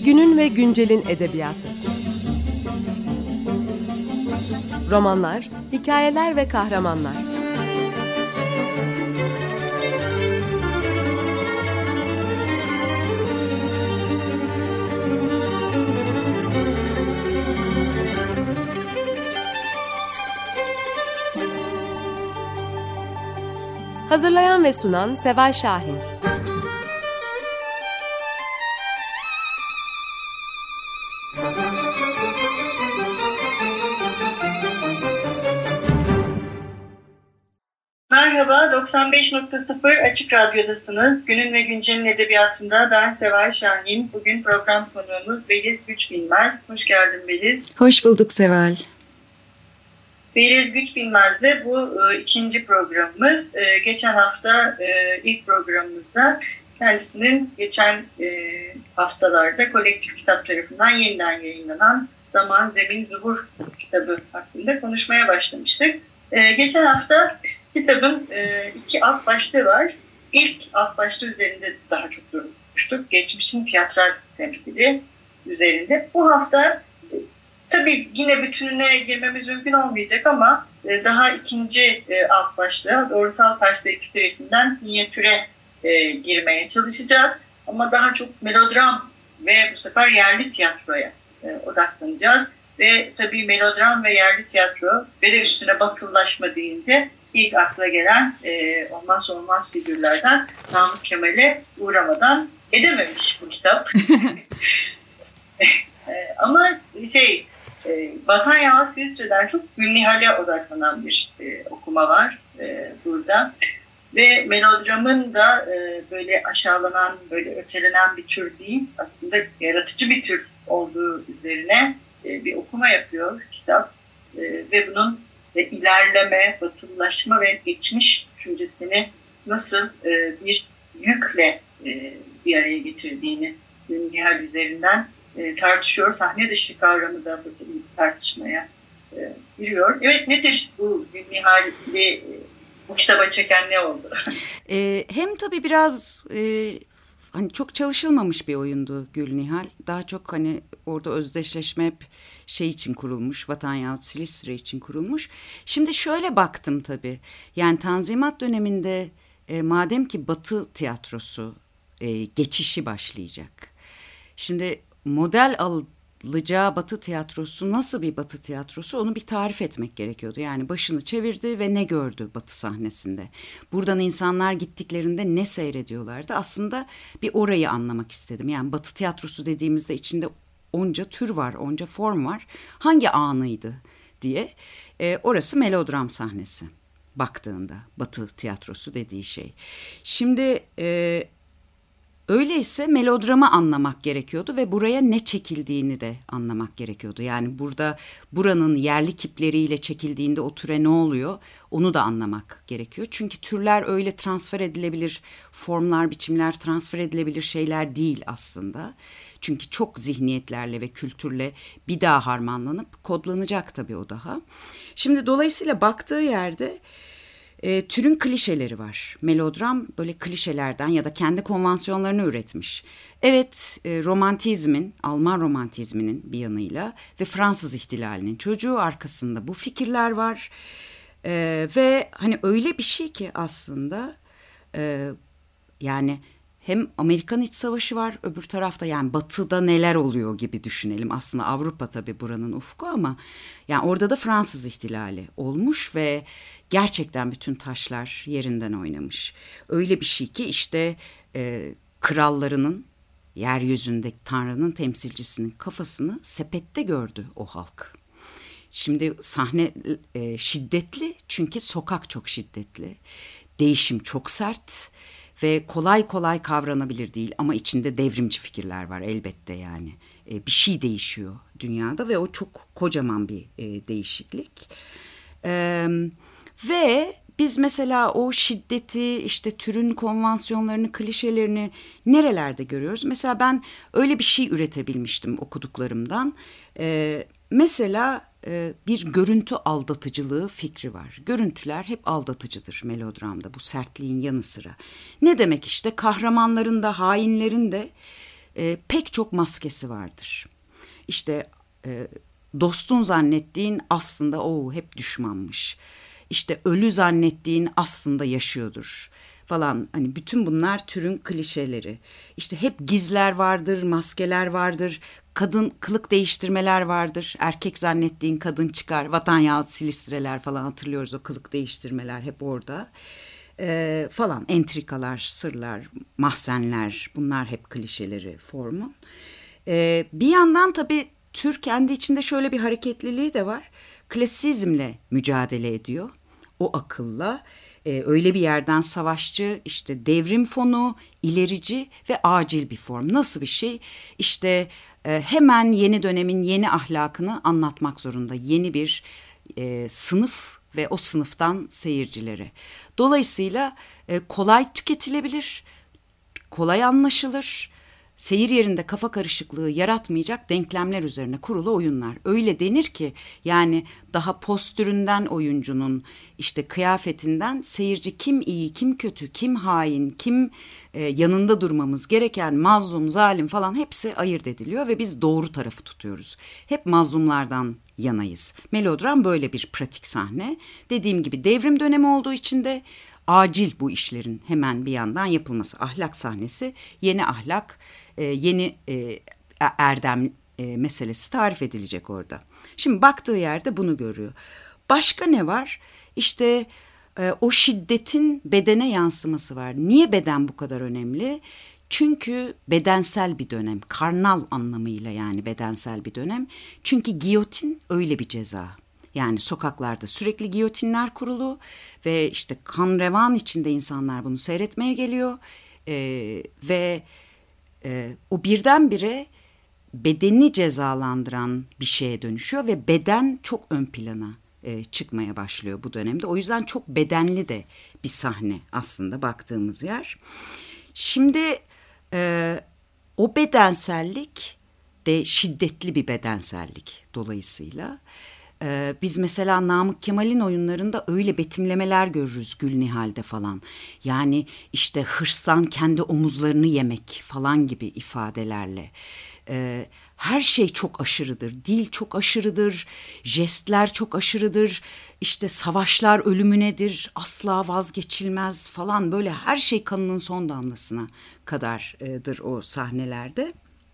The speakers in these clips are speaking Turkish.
Günün ve güncelin edebiyatı. Romanlar, hikayeler ve kahramanlar. Hazırlayan ve sunan Seval Şahin. Merhaba, 95.0 Açık Radyo'dasınız. Günün ve Güncel'in edebiyatında ben Seval Şahin. Bugün program konuğumuz Beliz Güçbilmez. Hoş geldin Beliz. Hoş bulduk Seval. Beliz Güçbilmez'de bu ikinci programımız. Geçen hafta ilk programımızda kendisinin geçen haftalarda Kolektif Kitap tarafından yeniden yayınlanan Zaman, Zemin, Zuhur kitabı hakkında konuşmaya başlamıştık. Geçen hafta kitabın iki alt başlığı var. İlk alt başlığı üzerinde daha çok durmuştuk. Geçmişin tiyatral temsili üzerinde. Bu hafta tabii yine bütününe girmemiz mümkün olmayacak ama daha ikinci alt başlığı doğrusal perspektif resimden minyatüre girmeye çalışacağız. Ama daha çok melodram ve bu sefer yerli tiyatroya odaklanacağız. Ve tabii melodram ve yerli tiyatro ve de üstüne batılılaşma deyince ilk akla gelen olmazsa olmaz figürlerden Namık Kemal'e uğramadan edememiş bu kitap. Ama Vatan Yağı Silistre'den çok Gülnihal'e odaklanan bir okuma var burada. Ve melodramın da böyle aşağılanan, böyle ötelenen bir tür değil, aslında yaratıcı bir tür olduğu üzerine bir okuma yapıyor kitap. Ve bunun ilerleme, batılılaşma ve geçmiş düşüncesini nasıl bir yükle bir araya getirdiğini Gülnihal üzerinden tartışıyor. Sahne dışı kavramı da tartışmaya giriyor. Evet, nedir bu Gülnihal'i bu kitaba çeken ne oldu? Hem tabii biraz hani çok çalışılmamış bir oyundu Gülnihal. Daha çok hani orada özdeşleşme hep şey için kurulmuş, Vatan yahut Silistre için kurulmuş. Şimdi şöyle baktım tabii. Yani Tanzimat döneminde madem ki Batı tiyatrosu geçişi başlayacak. Şimdi model alacağı Batı tiyatrosu nasıl bir Batı tiyatrosu, onu bir tarif etmek gerekiyordu. Yani başını çevirdi ve ne gördü Batı sahnesinde? Buradan insanlar gittiklerinde ne seyrediyorlardı? Aslında bir orayı anlamak istedim. Yani Batı tiyatrosu dediğimizde içinde onca tür var, onca form var. Hangi anıydı diye. Orası melodram sahnesi baktığında Batı tiyatrosu dediği şey. Şimdi öyleyse melodramı anlamak gerekiyordu ve buraya ne çekildiğini de anlamak gerekiyordu. Yani buranın yerli kipleriyle çekildiğinde o türe ne oluyor, onu da anlamak gerekiyor. Çünkü türler öyle transfer edilebilir, formlar, biçimler transfer edilebilir şeyler değil aslında. Çünkü çok zihniyetlerle ve kültürle bir daha harmanlanıp kodlanacak tabii o daha. Şimdi dolayısıyla baktığı yerde türün klişeleri var. Melodram böyle klişelerden ya da kendi konvansiyonlarını üretmiş. Evet, romantizmin, Alman romantizminin bir yanıyla ve Fransız ihtilalinin çocuğu arkasında bu fikirler var. Ve hani öyle bir şey ki aslında yani hem Amerikan İç Savaşı var, öbür tarafta yani Batı'da neler oluyor gibi düşünelim. Aslında Avrupa tabii buranın ufku ama yani orada da Fransız ihtilali olmuş ve gerçekten bütün taşlar yerinden oynamış. Öyle bir şey ki işte krallarının, yeryüzündeki Tanrı'nın temsilcisinin kafasını sepette gördü o halk. Şimdi sahne şiddetli çünkü sokak çok şiddetli. Değişim çok sert ve kolay kolay kavranabilir değil ama içinde devrimci fikirler var elbette yani. Bir şey değişiyor dünyada ve o çok kocaman bir değişiklik. Ve biz mesela o şiddeti, işte türün konvansiyonlarını, klişelerini nerelerde görüyoruz? Mesela ben öyle bir şey üretebilmiştim okuduklarımdan. Mesela bir görüntü aldatıcılığı fikri var. Görüntüler hep aldatıcıdır melodramda, bu sertliğin yanı sıra. Ne demek işte? Kahramanların da hainlerin de pek çok maskesi vardır. İşte dostun zannettiğin aslında o hep düşmanmış. İşte ölü zannettiğin aslında yaşıyordur falan. Hani bütün bunlar türün klişeleri. İşte hep gizler vardır, maskeler vardır, kadın kılık değiştirmeler vardır. Erkek zannettiğin kadın çıkar. Vatan yahut Silistreler falan hatırlıyoruz, o kılık değiştirmeler hep orada. Falan entrikalar, sırlar, mahzenler, bunlar hep klişeleri formun. Bir yandan tabii tür kendi içinde şöyle bir hareketliliği de var. Klasizmle mücadele ediyor. O akılla öyle bir yerden savaşçı, işte devrim fonu, ilerici ve acil bir form. Nasıl bir şey? İşte hemen yeni dönemin yeni ahlakını anlatmak zorunda. Yeni bir sınıf ve o sınıftan seyircilere. Dolayısıyla kolay tüketilebilir, kolay anlaşılır, seyir yerinde kafa karışıklığı yaratmayacak denklemler üzerine kurulu oyunlar. Öyle denir ki yani daha postüründen oyuncunun, işte kıyafetinden seyirci kim iyi, kim kötü, kim hain, kim yanında durmamız gereken, mazlum, zalim falan hepsi ayırt ediliyor ve biz doğru tarafı tutuyoruz. Hep mazlumlardan yanayız. Melodram böyle bir pratik sahne. Dediğim gibi devrim dönemi olduğu için de acil bu işlerin hemen bir yandan yapılması. Ahlak sahnesi, yeni ahlak, yeni erdem meselesi tarif edilecek orada. Şimdi baktığı yerde bunu görüyor. Başka ne var? İşte o şiddetin bedene yansıması var. Niye beden bu kadar önemli? Çünkü bedensel bir dönem, karnal anlamıyla yani bedensel bir dönem. Çünkü giyotin öyle bir ceza. Yani sokaklarda sürekli giyotinler kurulu ve işte kan revan içinde insanlar bunu seyretmeye geliyor. Ve o birdenbire bedeni cezalandıran bir şeye dönüşüyor ve beden çok ön plana çıkmaya başlıyor bu dönemde. O yüzden çok bedenli de bir sahne aslında baktığımız yer. Şimdi o bedensellik de şiddetli bir bedensellik dolayısıyla. Biz mesela Namık Kemal'in oyunlarında öyle betimlemeler görürüz Gülnihal'de falan. Yani işte hırstan kendi omuzlarını yemek falan gibi ifadelerle. Her şey çok aşırıdır. Dil çok aşırıdır. Jestler çok aşırıdır. İşte savaşlar ölümünedir. Asla vazgeçilmez falan. Böyle her şey kanının son damlasına kadardır o sahnelerde.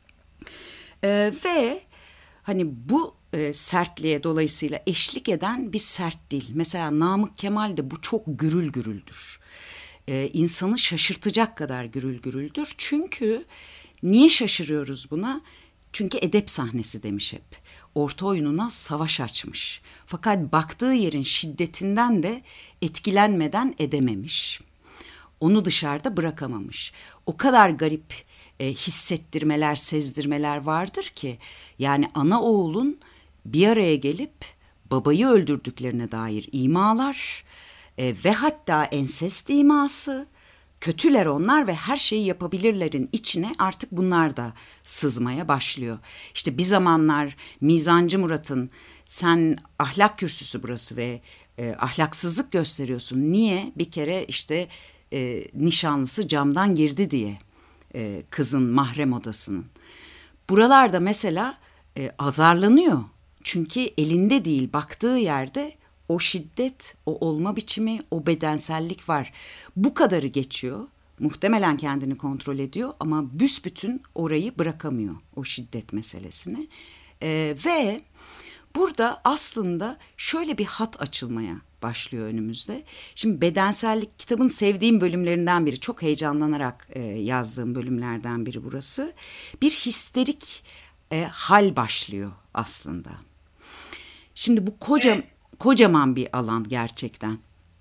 Ve hani bu sertliğe dolayısıyla eşlik eden bir sert dil. Mesela Namık Kemal'de bu çok gürül gürüldür. İnsanı şaşırtacak kadar gürül gürüldür. Çünkü niye şaşırıyoruz buna? Çünkü edep sahnesi demiş hep. Orta oyununa savaş açmış. Fakat baktığı yerin şiddetinden de etkilenmeden edememiş. Onu dışarıda bırakamamış. O kadar garip hissettirmeler, sezdirmeler vardır ki yani ana oğulun bir araya gelip babayı öldürdüklerine dair imalar ve hatta ensest iması, kötüler onlar ve her şeyi yapabilirlerin içine artık bunlar da sızmaya başlıyor. İşte bir zamanlar Mizancı Murat'ın sen ahlak kürsüsü burası ve ahlaksızlık gösteriyorsun. Niye? Bir kere işte nişanlısı camdan girdi diye kızın mahrem odasının. Buralarda mesela azarlanıyor. Çünkü elinde değil baktığı yerde o şiddet, o olma biçimi, o bedensellik var. Bu kadarı geçiyor. Muhtemelen kendini kontrol ediyor ama büsbütün orayı bırakamıyor o şiddet meselesini. Ve burada aslında şöyle bir hat açılmaya başlıyor önümüzde. Şimdi bedensellik kitabın sevdiğim bölümlerinden biri. Çok heyecanlanarak yazdığım bölümlerden biri burası. Bir histerik hal başlıyor aslında. Şimdi bu kocaman bir alan gerçekten.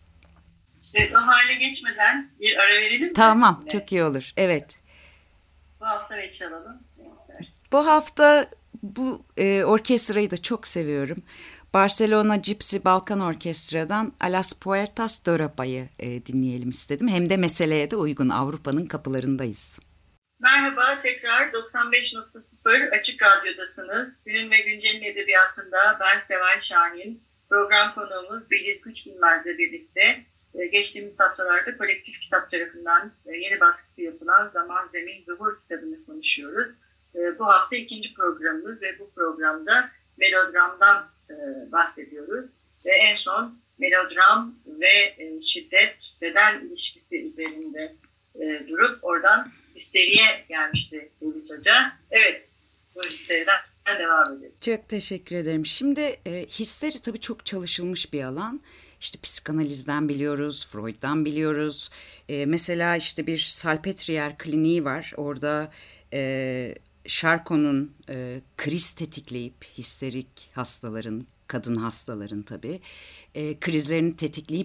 O hale geçmeden bir ara verelim mi? Tamam, çok iyi olur. Evet. Bu hafta ne çalalım? Bu hafta bu orkestrayı da çok seviyorum. Barcelona Gypsy Balkan Orkestra'dan A las Puertas de Europa'yı dinleyelim istedim. Hem de meseleye de uygun, Avrupa'nın kapılarındayız. Merhaba, tekrar 95.0 Açık Radyo'dasınız. Günün ve Güncel'in edebiyatında ben Seval Şahin. Program konuğumuz Beliz Güçbilmez'le birlikte Geçtiğimiz haftalarda Kolektif Kitap tarafından yeni baskısı yapılan Zaman, Zemin, Zuhur kitabını konuşuyoruz. Bu hafta 2. programımız ve bu programda melodramdan bahsediyoruz. Ve en son melodram ve şiddet, beden ilişkisi üzerinde durup oradan histeriye gelmişti Deniz Hoca. Evet, bu histeriden devam edelim. Çok teşekkür ederim. Şimdi histeri tabii çok çalışılmış bir alan. İşte psikanalizden biliyoruz, Freud'dan biliyoruz. Mesela işte bir Salpetriere kliniği var. Orada Charcot'un kriz tetikleyip histerik hastaların, kadın hastaların tabii krizlerini tetikleyip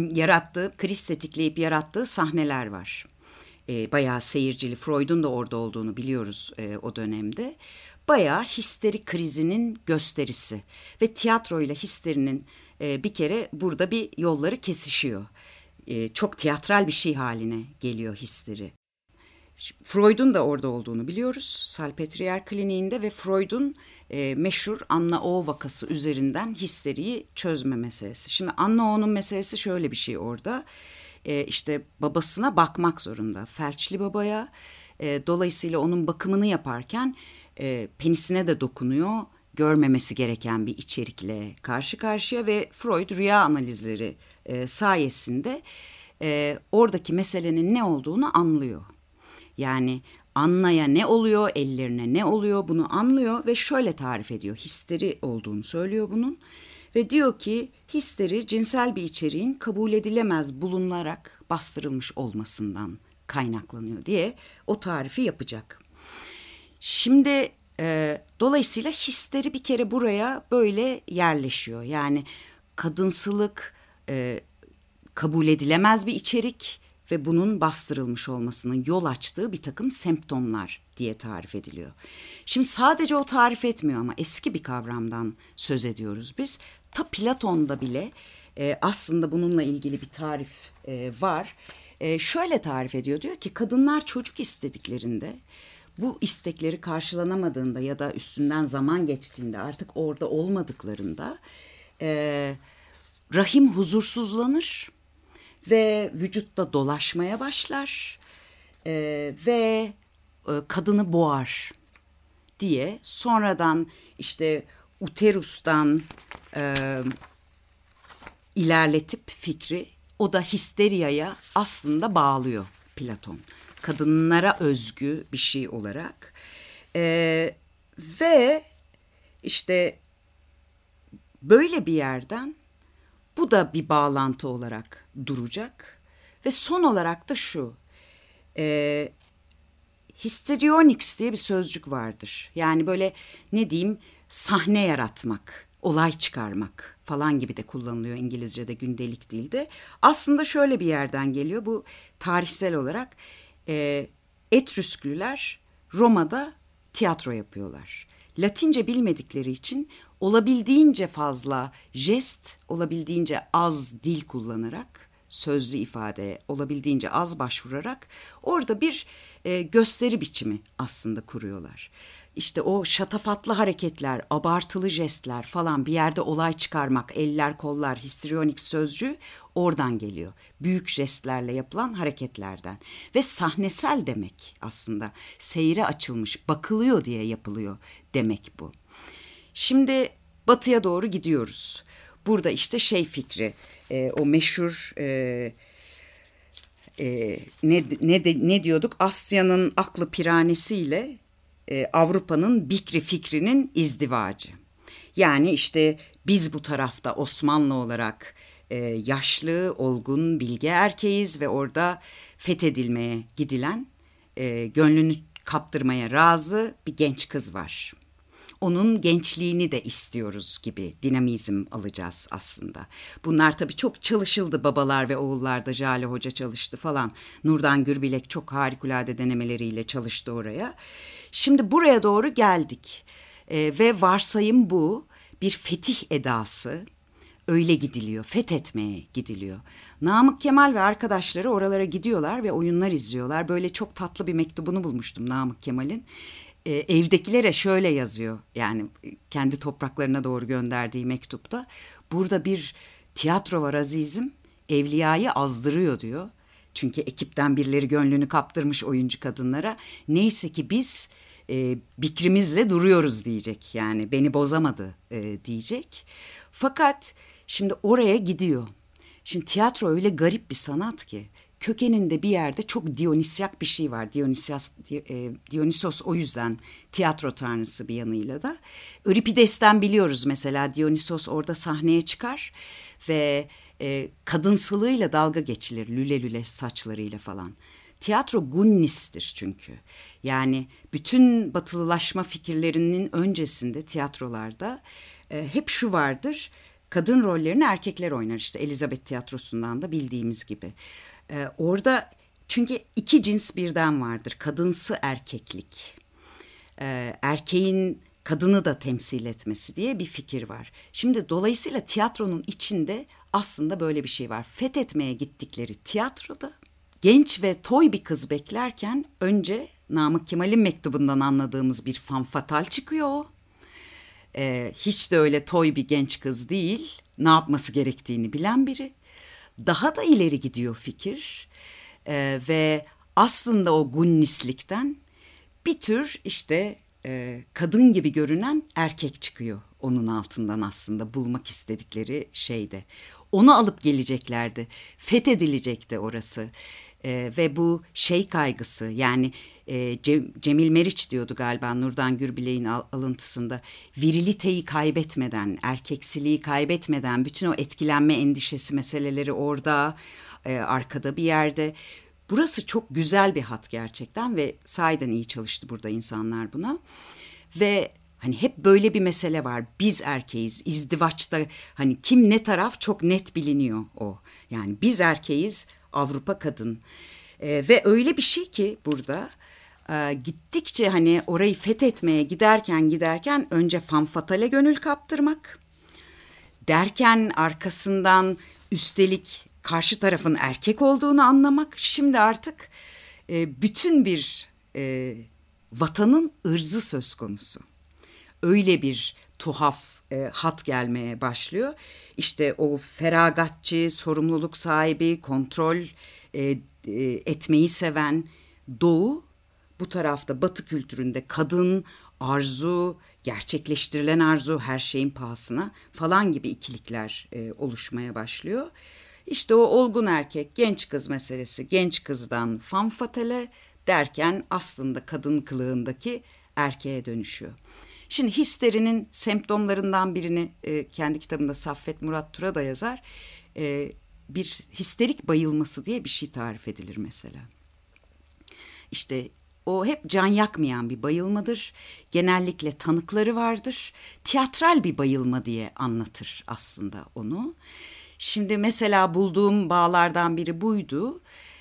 yarattığı sahneler var. Bayağı seyircili. Freud'un da orada olduğunu biliyoruz o dönemde. Bayağı histeri krizinin gösterisi ve tiyatroyla histerinin bir kere burada bir yolları kesişiyor. Çok tiyatral bir şey haline geliyor histeri. Freud'un da orada olduğunu biliyoruz Salpetriere kliniğinde ve Freud'un meşhur Anna O vakası üzerinden histeriyi çözme meselesi. Şimdi Anna O'nun meselesi şöyle bir şey orada. İşte babasına bakmak zorunda. Felçli babaya. Dolayısıyla onun bakımını yaparken penisine de dokunuyor. Görmemesi gereken bir içerikle karşı karşıya ve Freud rüya analizleri sayesinde oradaki meselenin ne olduğunu anlıyor. Yani Anna'ya ne oluyor, ellerine ne oluyor bunu anlıyor ve şöyle tarif ediyor. Histeri olduğunu söylüyor bunun ve diyor ki histeri cinsel bir içeriğin kabul edilemez bulunarak bastırılmış olmasından kaynaklanıyor diye o tarifi yapacak. Şimdi dolayısıyla histeri bir kere buraya böyle yerleşiyor. Yani kadınsılık kabul edilemez bir içerik ve bunun bastırılmış olmasının yol açtığı bir takım semptomlar diye tarif ediliyor. Şimdi sadece o tarif etmiyor ama eski bir kavramdan söz ediyoruz biz. Ta Platon'da bile aslında bununla ilgili bir tarif var. Şöyle tarif ediyor, diyor ki kadınlar çocuk istediklerinde, bu istekleri karşılanamadığında ya da üstünden zaman geçtiğinde, artık orada olmadıklarında rahim huzursuzlanır ve vücutta dolaşmaya başlar ve kadını boğar diye sonradan işte uterustan ilerletip fikri o da histeriyaya aslında bağlıyor Platon. Kadınlara özgü bir şey olarak ve işte böyle bir yerden bu da bir bağlantı olarak duracak ve son olarak da şu histrionics diye bir sözcük vardır. Yani böyle ne diyeyim, sahne yaratmak, olay çıkarmak falan gibi de kullanılıyor İngilizce'de, gündelik dilde. Aslında şöyle bir yerden geliyor bu tarihsel olarak. Etrüsklüler Roma'da tiyatro yapıyorlar. Latince bilmedikleri için olabildiğince fazla jest, olabildiğince az dil kullanarak, sözlü ifadeye olabildiğince az başvurarak orada bir gösteri biçimi aslında kuruyorlar. İşte o şatafatlı hareketler, abartılı jestler falan, bir yerde olay çıkarmak, eller kollar, histrionik sözcüğü oradan geliyor. Büyük jestlerle yapılan hareketlerden ve sahnesel demek aslında, seyre açılmış, bakılıyor diye yapılıyor demek bu. Şimdi batıya doğru gidiyoruz. Burada işte şey fikri, o meşhur ne diyorduk? Asya'nın aklı piranesiyle Avrupa'nın bikri fikrinin izdivacı. Yani işte biz bu tarafta Osmanlı olarak yaşlı, olgun, bilge erkeğiz ve orada fethedilmeye gidilen, gönlünü kaptırmaya razı bir genç kız var. Onun gençliğini de istiyoruz gibi dinamizm alacağız aslında. Bunlar tabii çok çalışıldı, babalar ve oğullarda. Jale Hoca çalıştı falan. Nurdan Gürbilek çok harikulade denemeleriyle çalıştı oraya. Şimdi buraya doğru geldik ve varsayım bu, bir fetih edası, öyle gidiliyor, fethetmeye gidiliyor. Namık Kemal ve arkadaşları oralara gidiyorlar ve oyunlar izliyorlar. Böyle çok tatlı bir mektubunu bulmuştum Namık Kemal'in. Evdekilere şöyle yazıyor, yani kendi topraklarına doğru gönderdiği mektupta. Burada bir tiyatro var azizim, Evliya'yı azdırıyor diyor. Çünkü ekipten birileri gönlünü kaptırmış oyuncu kadınlara. Neyse ki biz bikrimizle duruyoruz diyecek. Yani beni bozamadı diyecek. Fakat şimdi oraya gidiyor. Şimdi tiyatro öyle garip bir sanat ki kökeninde bir yerde çok Dionysyak bir şey var. Dionysos o yüzden tiyatro tanrısı bir yanıyla da. Euripides'ten biliyoruz mesela, Dionysos orada sahneye çıkar ve kadınsılığıyla dalga geçilir, lüle lüle saçlarıyla falan. Tiyatro gunnistir çünkü. Yani bütün batılılaşma fikirlerinin öncesinde tiyatrolarda hep şu vardır. Kadın rollerini erkekler oynar, işte Elizabeth tiyatrosundan da bildiğimiz gibi. Orada çünkü iki cins birden vardır. Kadınsı erkeklik. Erkeğin kadını da temsil etmesi diye bir fikir var. Şimdi dolayısıyla tiyatronun içinde aslında böyle bir şey var. Fethetmeye gittikleri tiyatroda genç ve toy bir kız beklerken önce Namık Kemal'in mektubundan anladığımız bir femme fatale çıkıyor o. Hiç de öyle toy bir genç kız değil. Ne yapması gerektiğini bilen biri. Daha da ileri gidiyor fikir. Ve aslında o gunnislikten bir tür işte kadın gibi görünen erkek çıkıyor onun altından, aslında bulmak istedikleri şeyde. Onu alıp geleceklerdi. Fethedilecekti orası. Ve bu şey kaygısı, yani Cemil Meriç diyordu galiba Nurdan Gürbilek'in alıntısında, viriliteyi kaybetmeden, erkeksiliği kaybetmeden, bütün o etkilenme endişesi meseleleri orada, arkada bir yerde. Burası çok güzel bir hat gerçekten ve sahiden iyi çalıştı burada insanlar buna. Ve hani hep böyle bir mesele var. Biz erkeğiz. İzdivaçta hani kim ne taraf çok net biliniyor o. Yani biz erkeğiz, Avrupa kadın. Ve öyle bir şey ki burada gittikçe hani orayı fethetmeye giderken önce femme fatale gönül kaptırmak. Derken arkasından üstelik karşı tarafın erkek olduğunu anlamak. Şimdi artık bütün bir vatanın ırzı söz konusu. Öyle bir tuhaf hat gelmeye başlıyor. İşte o feragatçı, sorumluluk sahibi, kontrol etmeyi seven Doğu, bu tarafta Batı kültüründe kadın, arzu, gerçekleştirilen arzu her şeyin pahasına falan gibi ikilikler oluşmaya başlıyor. İşte o olgun erkek, genç kız meselesi, genç kızdan femme fatale derken aslında kadın kılığındaki erkeğe dönüşüyor. Şimdi histerinin semptomlarından birini kendi kitabında Saffet Murat Tura da yazar. Bir histerik bayılması diye bir şey tarif edilir mesela. İşte o hep can yakmayan bir bayılmadır. Genellikle tanıkları vardır. Tiyatral bir bayılma diye anlatır aslında onu. Şimdi mesela bulduğum bağlardan biri buydu.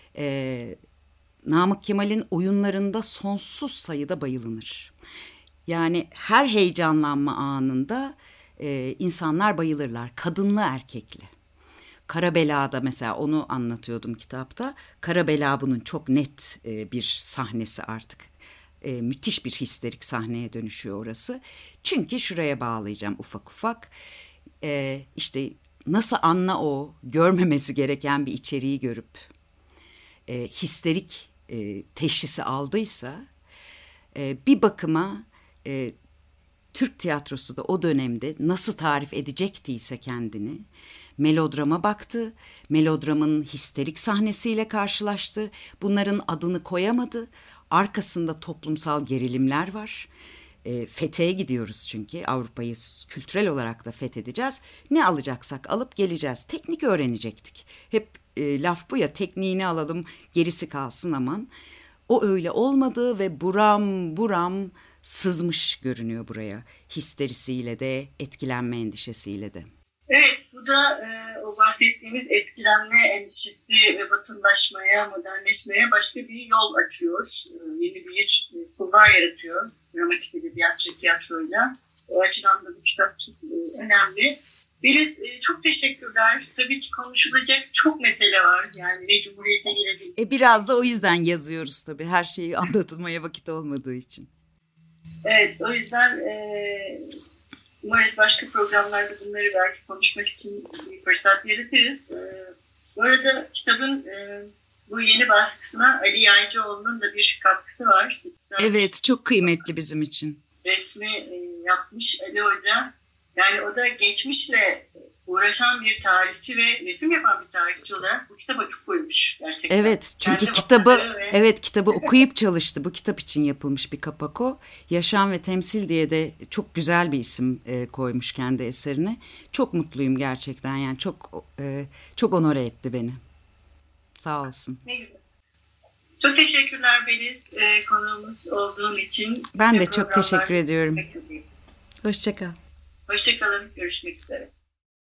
Namık Kemal'in oyunlarında sonsuz sayıda bayılınır. Yani her heyecanlanma anında insanlar bayılırlar. Kadınlı erkekli. Karabela'da mesela onu anlatıyordum kitapta. Karabela bunun çok net bir sahnesi artık. Müthiş bir histerik sahneye dönüşüyor orası. Çünkü şuraya bağlayacağım ufak ufak. İşte nasıl Anna o görmemesi gereken bir içeriği görüp histerik teşhisi aldıysa bir bakıma Türk tiyatrosu da o dönemde nasıl tarif edecektiyse kendini melodrama baktı. Melodramın histerik sahnesiyle karşılaştı. Bunların adını koyamadı. Arkasında toplumsal gerilimler var. Fethe gidiyoruz çünkü Avrupa'yı kültürel olarak da fethedeceğiz. Ne alacaksak alıp geleceğiz. Teknik öğrenecektik. Hep laf bu ya, tekniğini alalım gerisi kalsın aman. O öyle olmadı ve buram buram sızmış görünüyor buraya. Histerisiyle de etkilenme endişesiyle de. Evet, bu da o bahsettiğimiz etkilenme endişesi ve batılılaşmaya, modernleşmeye başka bir yol açıyor. Yeni bir kulvar yaratıyor dramatik edebiyat ve tiyatroyla. O açıdan da bu kitap çok önemli. Beliz, çok teşekkürler. Tabii ki konuşulacak çok mesele var. Yani ve Cumhuriyet'e girebiliriz. Biraz da o yüzden yazıyoruz tabii. Her şeyi anlatılmaya vakit olmadığı için. Evet, o yüzden umarız başka programlarda bunları belki konuşmak için bir fırsat yaratırız. Bu arada kitabın bu yeni baskısına Ali Yaycıoğlu'nun da bir katkısı var. Evet, çok kıymetli bizim için. Resmi yapmış Ali Hoca. Yani o da geçmişle uğraşan bir tarihçi ve resim yapan bir tarihçi olarak bu kitaba çok koymuş gerçekten. Evet, çünkü kitabı okuyup çalıştı. Bu kitap için yapılmış bir kapak o. Yaşam ve Temsil diye de çok güzel bir isim koymuş kendi eserine. Çok mutluyum gerçekten. Yani çok onore etti beni. Sağ olsun. Ne güzel. Çok teşekkürler Beliz, konuğumuz olduğun için. Ben de çok teşekkür ediyorum. Bekliyorum. Hoşça kal. Hoşça kalın, görüşmek üzere.